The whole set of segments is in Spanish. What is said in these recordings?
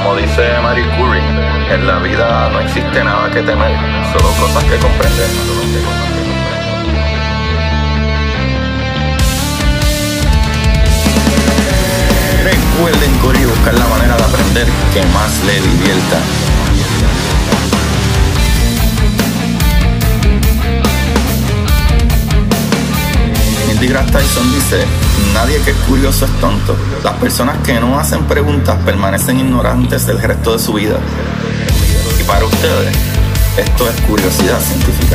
Como dice Marie Curie, en la vida no existe nada que temer, solo cosas que comprender. Recuerden, Cory, buscar la manera de aprender que más le divierta. Neil deGrasse Tyson dice: nadie que es curioso es tonto. Las personas que no hacen preguntas permanecen ignorantes del resto de su vida. Y para ustedes, esto es curiosidad científica.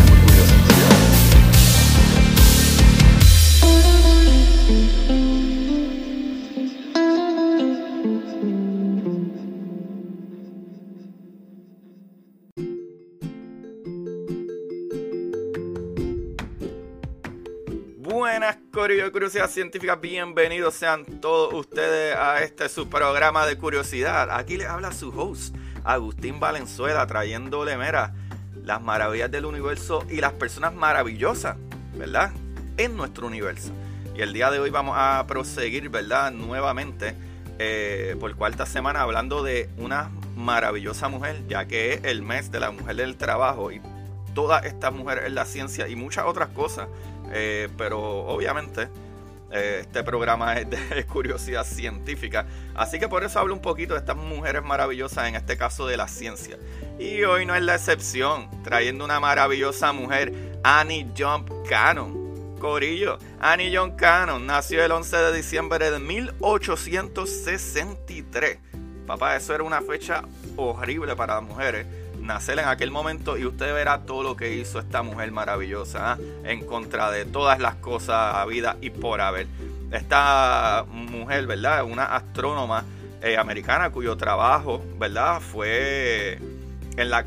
Buenas, Corillo de Curiosidad Científica, bienvenidos sean todos ustedes a su programa de curiosidad. Aquí les habla su host, Agustín Valenzuela, trayéndole, las maravillas del universo y las personas maravillosas, ¿verdad?, en nuestro universo. Y el día de hoy vamos a proseguir, ¿verdad?, nuevamente, por cuarta semana, hablando de una maravillosa mujer, ya que es el mes de la mujer del trabajo y todas estas mujeres en la ciencia y muchas otras cosas. Pero obviamente este programa es de curiosidad científica, así que por eso hablo un poquito de estas mujeres maravillosas, en este caso de la ciencia. Y hoy no es la excepción, trayendo una maravillosa mujer, Annie Jump Cannon. Corillo, Annie Jump Cannon nació el 11 de diciembre de 1863. Papá, eso era una fecha horrible para las mujeres, nacer en aquel momento, y usted verá todo lo que hizo esta mujer maravillosa, en contra de todas las cosas habidas y por haber. Esta mujer, ¿verdad?, una astrónoma americana cuyo trabajo, ¿verdad?, fue en la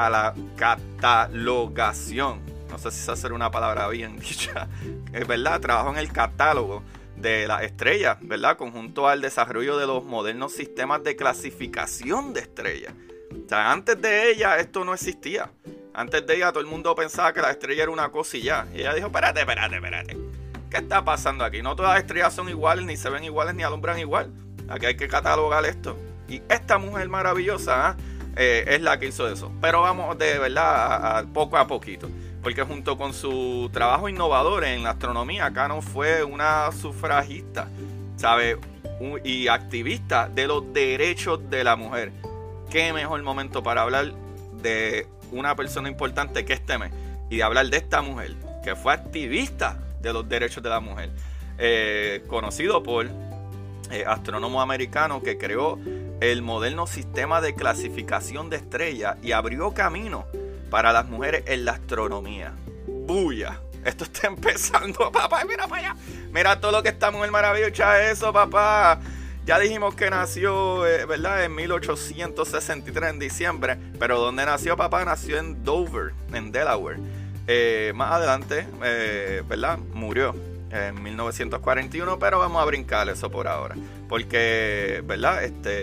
catalogación, no sé si se hace una palabra bien dicha, ¿verdad?, trabajó en el catálogo de las estrellas, ¿verdad?, conjunto al desarrollo de los modernos sistemas de clasificación de estrellas. O sea, antes de ella esto no existía. Antes de ella todo el mundo pensaba que la estrella era una cosa y ya. Y ella dijo: espérate. ¿Qué está pasando aquí? No todas las estrellas son iguales, ni se ven iguales, ni alumbran igual. Aquí hay que catalogar esto. Y esta mujer maravillosa es la que hizo eso. Pero vamos de verdad a poco a poquito. Porque junto con su trabajo innovador en la astronomía, Cannon fue una sufragista, ¿sabe?, y activista de los derechos de la mujer. Qué mejor momento para hablar de una persona importante que este mes, y de hablar de esta mujer que fue activista de los derechos de la mujer, conocido por astrónomo americano que creó el moderno sistema de clasificación de estrellas y abrió camino para las mujeres en la astronomía. ¡Buya! Esto está empezando, papá. Mira para allá. Mira todo lo que esta mujer maravillosa es eso, papá. Ya dijimos que nació, ¿verdad?, en 1863 en diciembre. Pero ¿dónde nació, papá? Nació en Dover, en Delaware. Más adelante, ¿verdad?, murió en 1941. Pero vamos a brincar eso por ahora, porque, ¿verdad?,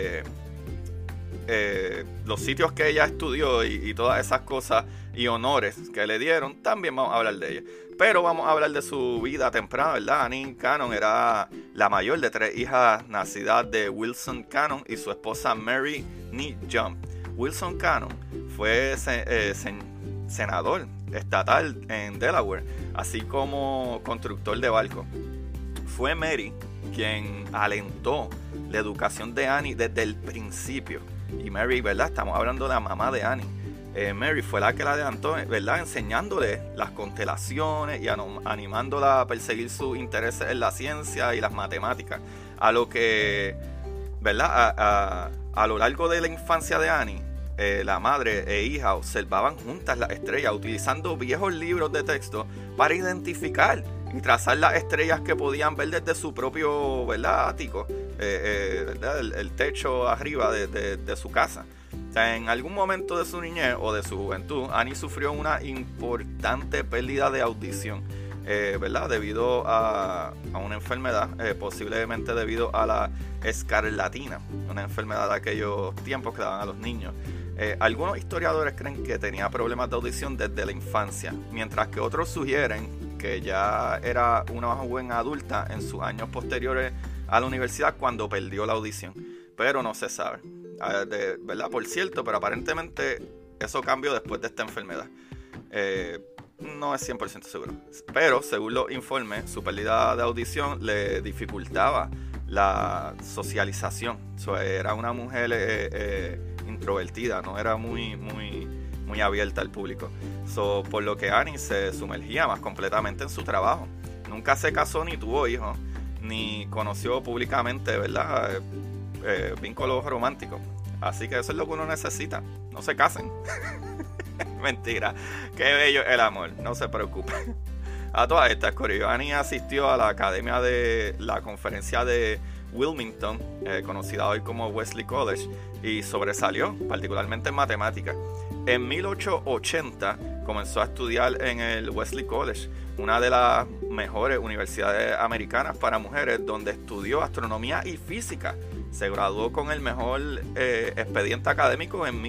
los sitios que ella estudió y todas esas cosas y honores que le dieron, también vamos a hablar de ella. Pero vamos a hablar de su vida temprana, ¿verdad? Annie Cannon era la mayor de 3 hijas nacidas de Wilson Cannon y su esposa Mary Nee Jump. Wilson Cannon fue senador estatal en Delaware, así como constructor de barcos. Fue Mary quien alentó la educación de Annie desde el principio. Y Mary, ¿verdad?, estamos hablando de la mamá de Annie. Mary fue la que la adelantó, ¿verdad?, enseñándole las constelaciones y animándola a perseguir sus intereses en la ciencia y las matemáticas. A lo que, ¿verdad?, a lo largo de la infancia de Annie, la madre e hija observaban juntas las estrellas, utilizando viejos libros de texto para identificar y trazar las estrellas que podían ver desde su propio, ¿verdad?, ático, ¿verdad?, el techo arriba de su casa. O sea, en algún momento de su niñez o de su juventud, Annie sufrió una importante pérdida de audición, ¿verdad?, debido a una enfermedad, posiblemente debido a la escarlatina, una enfermedad de aquellos tiempos que daban a los niños. Algunos historiadores creen que tenía problemas de audición desde la infancia, mientras que otros sugieren que ya era una joven adulta en sus años posteriores a la universidad cuando perdió la audición, pero no se sabe. ¿verdad? Por cierto, pero aparentemente eso cambió después de esta enfermedad. No es 100% seguro. Pero, según los informes, su pérdida de audición le dificultaba la socialización. Era una mujer introvertida, no era muy abierta al público. Por lo que Annie se sumergía más completamente en su trabajo. Nunca se casó ni tuvo hijos, ni conoció públicamente, ¿verdad? Vínculos románticos. Así que eso es lo que uno necesita. No se casen. Mentira. Qué bello el amor. No se preocupe. A todas estas, Corillo, Annie asistió a la academia de la conferencia de Wilmington, conocida hoy como Wesley College, y sobresalió, particularmente en matemáticas. En 1880 comenzó a estudiar en el Wesley College, una de las mejores universidades americanas para mujeres, donde estudió astronomía y física. Se graduó con el mejor expediente académico en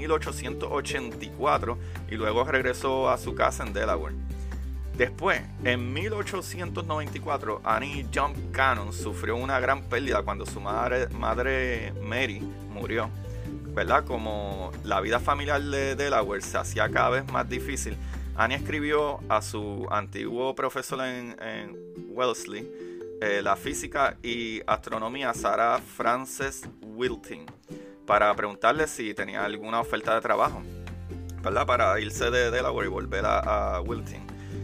1884 y luego regresó a su casa en Delaware. Después, en 1894, Annie Jump Cannon sufrió una gran pérdida cuando su madre Mary murió, ¿verdad? Como la vida familiar de Delaware se hacía cada vez más difícil, Annie escribió a su antiguo profesor en Wellesley, la física y astronomía Sarah Frances Wilting, para preguntarle si tenía alguna oferta de trabajo, ¿verdad? Para irse de Delaware y volver a Wilting.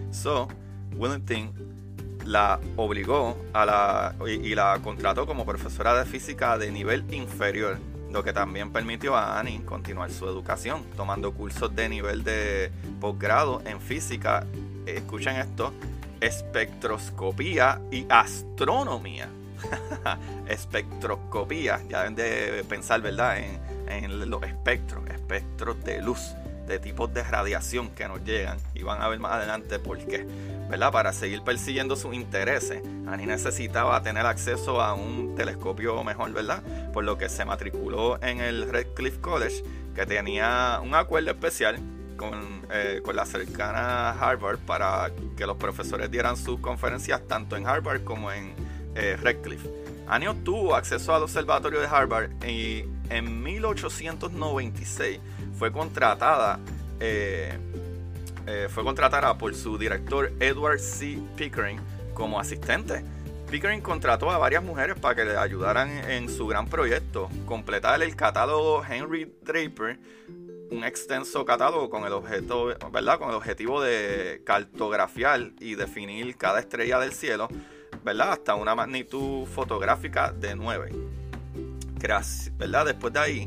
Wilting la obligó y la contrató como profesora de física de nivel inferior, lo que también permitió a Annie continuar su educación, tomando cursos de nivel de posgrado en física, escuchen esto, espectroscopía y astronomía. Espectroscopía, ya deben de pensar, ¿verdad?, en los espectros de luz, de tipos de radiación que nos llegan, y van a ver más adelante por qué, ¿verdad? Para seguir persiguiendo sus intereses, Annie necesitaba tener acceso a un telescopio mejor, ¿verdad? Por lo que se matriculó en el Radcliffe College, que tenía un acuerdo especial con la cercana Harvard para que los profesores dieran sus conferencias tanto en Harvard como en Radcliffe. Annie obtuvo acceso al observatorio de Harvard y en 1896 fue contratada por su director Edward C. Pickering como asistente. Pickering contrató a varias mujeres para que le ayudaran en su gran proyecto, completar el catálogo Henry Draper, un extenso catálogo con el objetivo de cartografiar y definir cada estrella del cielo, ¿verdad? Hasta una magnitud fotográfica de 9. ¿Verdad? Después de ahí,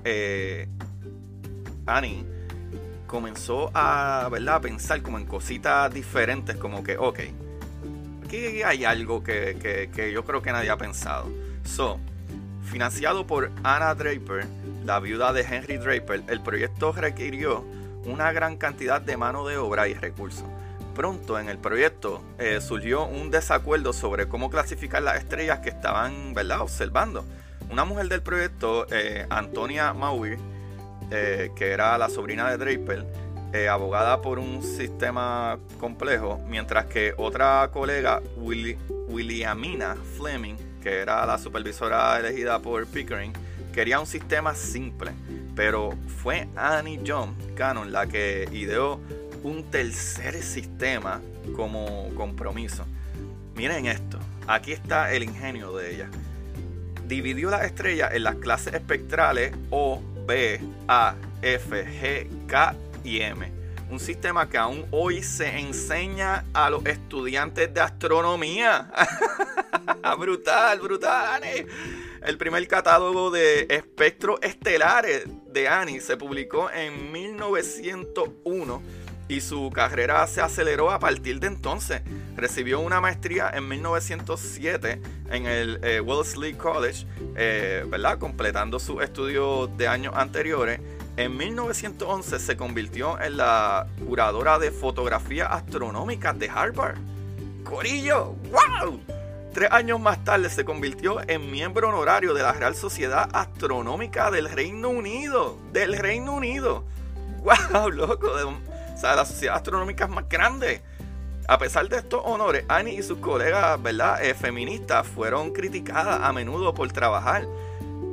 Annie comenzó a pensar como en cositas diferentes, como que, ok, aquí hay algo que yo creo que nadie ha pensado. Financiado por Anna Draper, la viuda de Henry Draper, el proyecto requirió una gran cantidad de mano de obra y recursos. Pronto en el proyecto surgió un desacuerdo sobre cómo clasificar las estrellas que estaban, ¿verdad?, observando. Una mujer del proyecto, Antonia Maury, que era la sobrina de Draper, abogada por un sistema complejo, mientras que otra colega, Williamina Fleming, que era la supervisora elegida por Pickering, quería un sistema simple, pero fue Annie Jump Cannon la que ideó un tercer sistema como compromiso. Miren esto, aquí está el ingenio de ella. Dividió las estrellas en las clases espectrales O, B, A, F, G, K y M. Un sistema que aún hoy se enseña a los estudiantes de astronomía. Brutal, Annie. El primer catálogo de espectros estelares de Annie se publicó en 1901 y su carrera se aceleró a partir de entonces. Recibió una maestría en 1907 en el Wellesley College, ¿verdad?, completando sus estudios de años anteriores. En 1911 se convirtió en la curadora de fotografía astronómica de Harvard. ¡Corillo! ¡Wow! 3 años más tarde se convirtió en miembro honorario de la Real Sociedad Astronómica del Reino Unido. ¡Del Reino Unido! ¡Wow, loco! O sea, la sociedad astronómica es más grande. A pesar de estos honores, Annie y sus colegas, ¿verdad?, feministas fueron criticadas a menudo por trabajar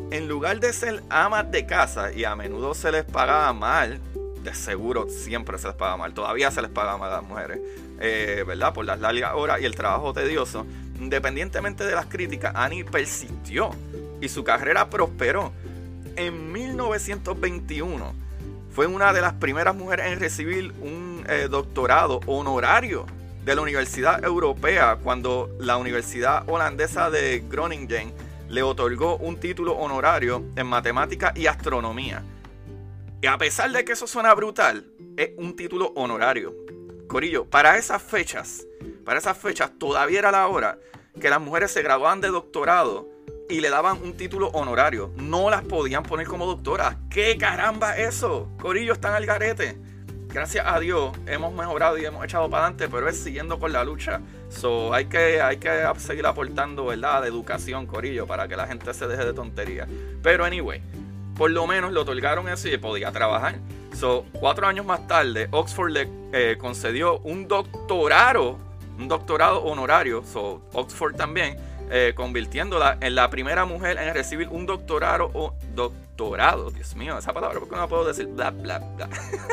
en lugar de ser amas de casa, y a menudo se les pagaba mal, de seguro siempre se les paga mal, todavía se les paga mal a las mujeres, ¿verdad? Por las largas horas y el trabajo tedioso. Independientemente de las críticas, Annie persistió y su carrera prosperó. En 1921 fue una de las primeras mujeres en recibir un doctorado honorario de la Universidad Europea, cuando la Universidad Holandesa de Groningen le otorgó un título honorario en matemática y astronomía. Y a pesar de que eso suena brutal, es un título honorario. Corillo, para esas fechas todavía era la hora que las mujeres se graduaban de doctorado y le daban un título honorario. No las podían poner como doctoras. ¿Qué caramba eso? Corillo, están al garete. Gracias a Dios hemos mejorado y hemos echado para adelante, pero es siguiendo con la lucha. So, hay que seguir aportando, ¿verdad?, de educación, corillo, para que la gente se deje de tonterías. Pero anyway, por lo menos le otorgaron eso y podía trabajar. So, 4 años más tarde, Oxford le concedió un doctorado honorario. So, Oxford también, convirtiéndola en la primera mujer en recibir un doctorado. Dios mío, esa palabra, ¿por qué no puedo decir? Bla, bla, bla.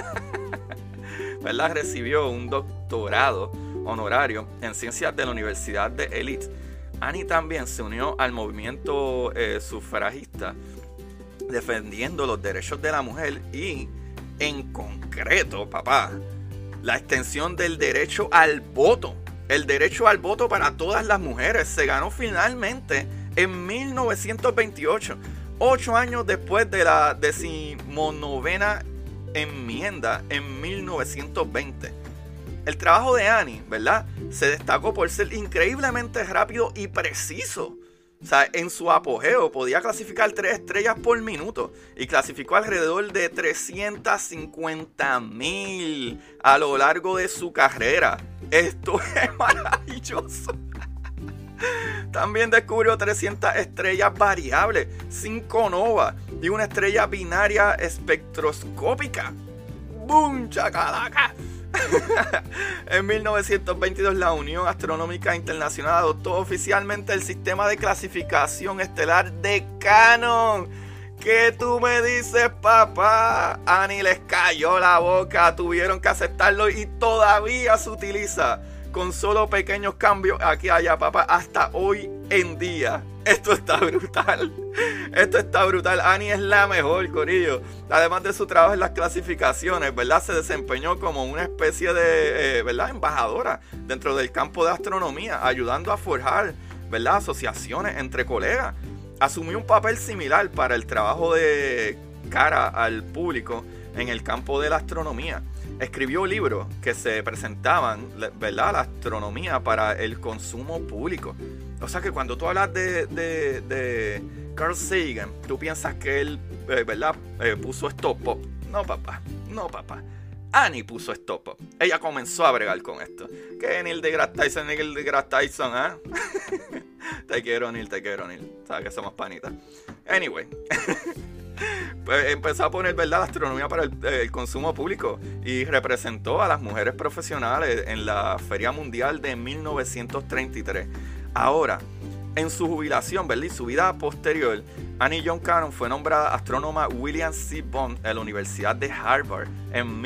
¿Verdad? Recibió un doctorado honorario en ciencias de la Universidad de Elite. Annie también se unió al movimiento sufragista, defendiendo los derechos de la mujer y, en concreto, papá, la extensión del derecho al voto. El derecho al voto para todas las mujeres se ganó finalmente en 1928, 8 años después de la 19ª enmienda en 1920. El trabajo de Annie, ¿verdad?, se destacó por ser increíblemente rápido y preciso. O sea, en su apogeo podía clasificar 3 estrellas por minuto y clasificó alrededor de 350,000 a lo largo de su carrera. Esto es maravilloso. También descubrió 300 estrellas variables, 5 novas y una estrella binaria espectroscópica. ¡Bum, chacalaca! En 1922 la Unión Astronómica Internacional adoptó oficialmente el sistema de clasificación estelar de Cannon. ¿Qué tú me dices, papá? Annie les cayó la boca, tuvieron que aceptarlo y todavía se utiliza, con solo pequeños cambios aquí y allá, papá, hasta hoy en día. Esto está brutal. Esto está brutal. Annie es la mejor, corillo. Además de su trabajo en las clasificaciones, ¿verdad?, se desempeñó como una especie de, ¿verdad?, embajadora dentro del campo de astronomía, ayudando a forjar, ¿verdad?, asociaciones entre colegas. Asumió un papel similar para el trabajo de cara al público en el campo de la astronomía. Escribió libros que se presentaban, ¿verdad?, la astronomía para el consumo público. O sea que cuando tú hablas de Carl Sagan, tú piensas que él, ¿verdad?, puso Stop Pop. No, papá. Annie puso Stop Pop. Ella comenzó a bregar con esto. Que Neil deGrasse Tyson, ¿ah? Te quiero, Neil. Sabes que somos panitas. Anyway. Pues empezó a poner, ¿verdad?, la astronomía para el consumo público y representó a las mujeres profesionales en la Feria Mundial de 1933. Ahora, en su jubilación, ¿verdad?, y su vida posterior, Annie John Cannon fue nombrada astrónoma William C. Bond en la Universidad de Harvard en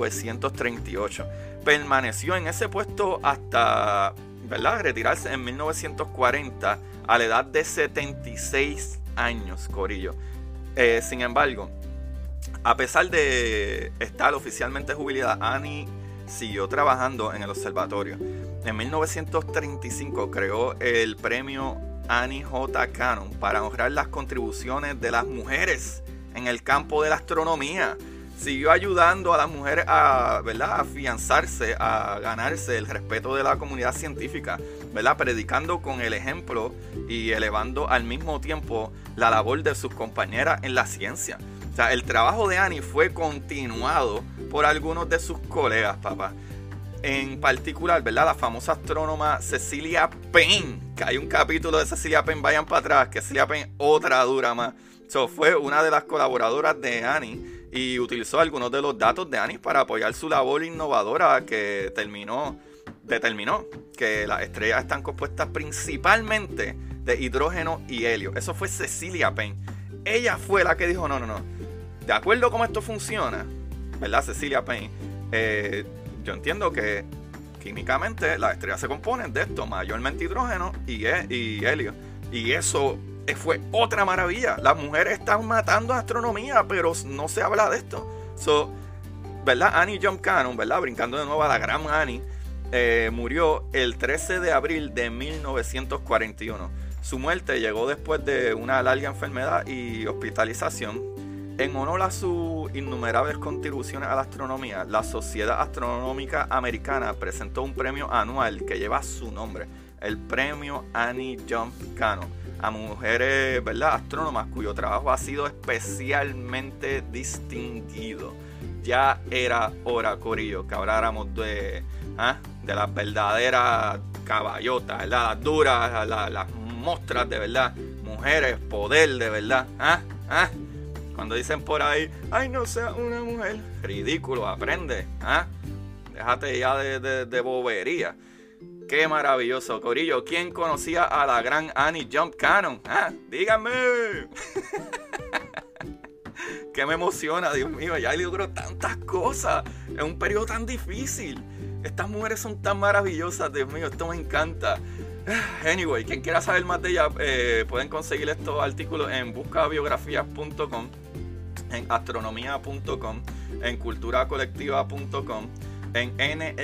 1938. Permaneció en ese puesto hasta, ¿verdad?, retirarse en 1940 a la edad de 76 años, corillo. Sin embargo, a pesar de estar oficialmente jubilada, Annie siguió trabajando en el observatorio. En 1935 creó el premio Annie J. Cannon para honrar las contribuciones de las mujeres en el campo de la astronomía. Siguió ayudando a las mujeres a, ¿verdad?, a afianzarse, a ganarse el respeto de la comunidad científica, ¿verdad?, predicando con el ejemplo y elevando al mismo tiempo la labor de sus compañeras en la ciencia. O sea, el trabajo de Annie fue continuado por algunos de sus colegas, papá. En particular, ¿verdad?, la famosa astrónoma Cecilia Payne, que hay un capítulo de Cecilia Payne, vayan para atrás, que Cecilia Payne, otra dura más. Fue una de las colaboradoras de Annie y utilizó algunos de los datos de Annie para apoyar su labor innovadora que determinó que las estrellas están compuestas principalmente de hidrógeno y helio. Eso fue Cecilia Payne. ella fue la que dijo, no, de acuerdo cómo esto funciona, ¿verdad? Cecilia Payne, yo entiendo que químicamente las estrellas se componen de esto, mayormente hidrógeno y helio. Y eso fue otra maravilla. Las mujeres están matando astronomía, pero no se habla de esto. ¿Verdad? Annie Jump Cannon, ¿verdad? Brincando de nuevo a la gran Annie, murió el 13 de abril de 1941. Su muerte llegó después de una larga enfermedad y hospitalización. En honor a sus innumerables contribuciones a la astronomía, la Sociedad Astronómica Americana presentó un premio anual que lleva su nombre, el Premio Annie Jump Cannon, a mujeres, ¿verdad?, astrónomas cuyo trabajo ha sido especialmente distinguido. Ya era hora, corillo, que habláramos de las verdaderas caballotas, ¿verdad?, las duras, las mostras de verdad, mujeres, poder de verdad. Cuando dicen por ahí, ay, no sea una mujer, ridículo, aprende, déjate ya de bobería. Qué maravilloso, corillo. ¿Quién conocía a la gran Annie Jump Cannon? Díganme. Que me emociona, Dios mío, ya logró tantas cosas en un periodo tan difícil. Estas mujeres son tan maravillosas, Dios mío, esto me encanta. Anyway, quien quiera saber más de ella, pueden conseguir estos artículos en buscabiografías.com, en astronomía.com, en culturacolectiva.com, en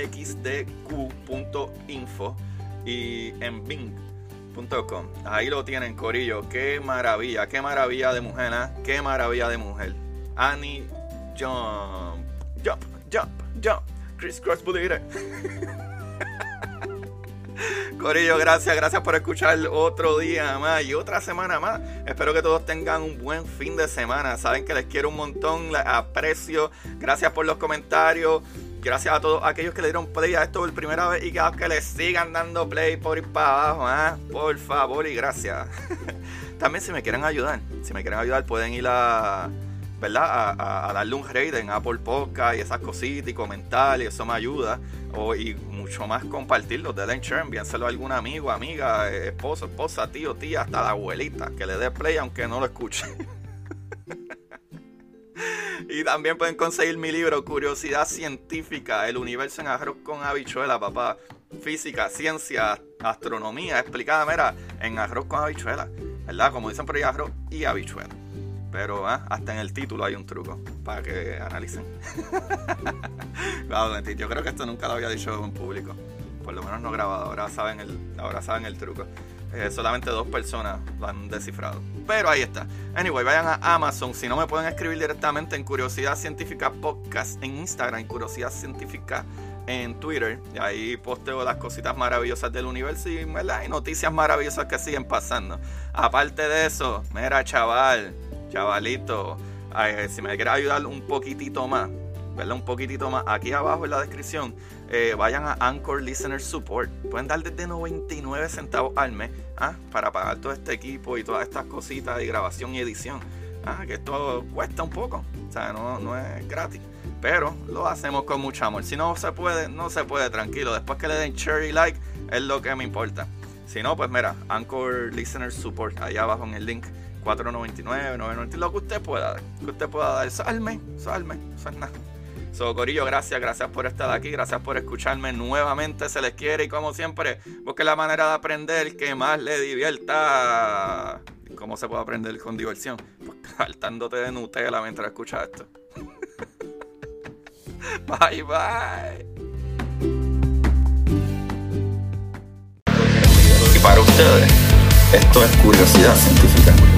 nxdq.info y en bing.com. Ahí lo tienen, corillo. Qué maravilla de mujer, qué maravilla de mujer. Annie Jump Criss Cross Bullet. Corillo, gracias por escuchar otro día más y otra semana más. Espero que todos tengan un buen fin de semana. Saben que les quiero un montón, les aprecio. Gracias por los comentarios. Gracias a todos aquellos que le dieron play a esto por primera vez y que les sigan dando play por ir para abajo, por favor y gracias. También si me quieren ayudar pueden ir a darle un rate en Apple Podcast y esas cositas y comentar, y eso me ayuda. Y mucho más compartirlo, denle en share, envíenselo a algún amigo, amiga, esposa, tío, tía, hasta la abuelita, que le dé play aunque no lo escuche. Y también pueden conseguir mi libro Curiosidad Científica, el universo en arroz con habichuela, papá. Física, ciencia, astronomía explicada, mira, en arroz con habichuela, ¿verdad? Como dicen por ahí, arroz y habichuela. Pero hasta en el título hay un truco para que analicen. Claro, yo creo que esto nunca lo había dicho en público. Por lo menos no grabado. Ahora saben el truco. Solamente 2 personas lo han descifrado. Pero ahí está. Anyway, vayan a Amazon. Si no, me pueden escribir directamente en Curiosidad Científica Podcast en Instagram, Curiosidad Científica en Twitter. Y ahí posteo las cositas maravillosas del universo y noticias maravillosas que siguen pasando. Aparte de eso, mira, chavalito, si me quieres ayudar un poquitito más, ¿verdad? Un poquitito más, aquí abajo en la descripción, vayan a Anchor Listener Support. Pueden dar desde 99 centavos al mes para pagar todo este equipo y todas estas cositas de grabación y edición. Que esto cuesta un poco, o sea, no es gratis, pero lo hacemos con mucho amor. Si no se puede, tranquilo. Después que le den share y like es lo que me importa. Si no, pues mira, Anchor Listener Support, ahí abajo en el link, $4.99, $9.99, lo que usted pueda dar, eso al mes, eso es nada. Corillo, gracias por estar aquí, gracias por escucharme nuevamente, se les quiere y como siempre, busquen la manera de aprender que más le divierta. ¿Cómo se puede aprender con diversión? Pues saltándote de Nutella mientras escuchas esto. Bye. Y para ustedes, esto es Curiosidad Científica.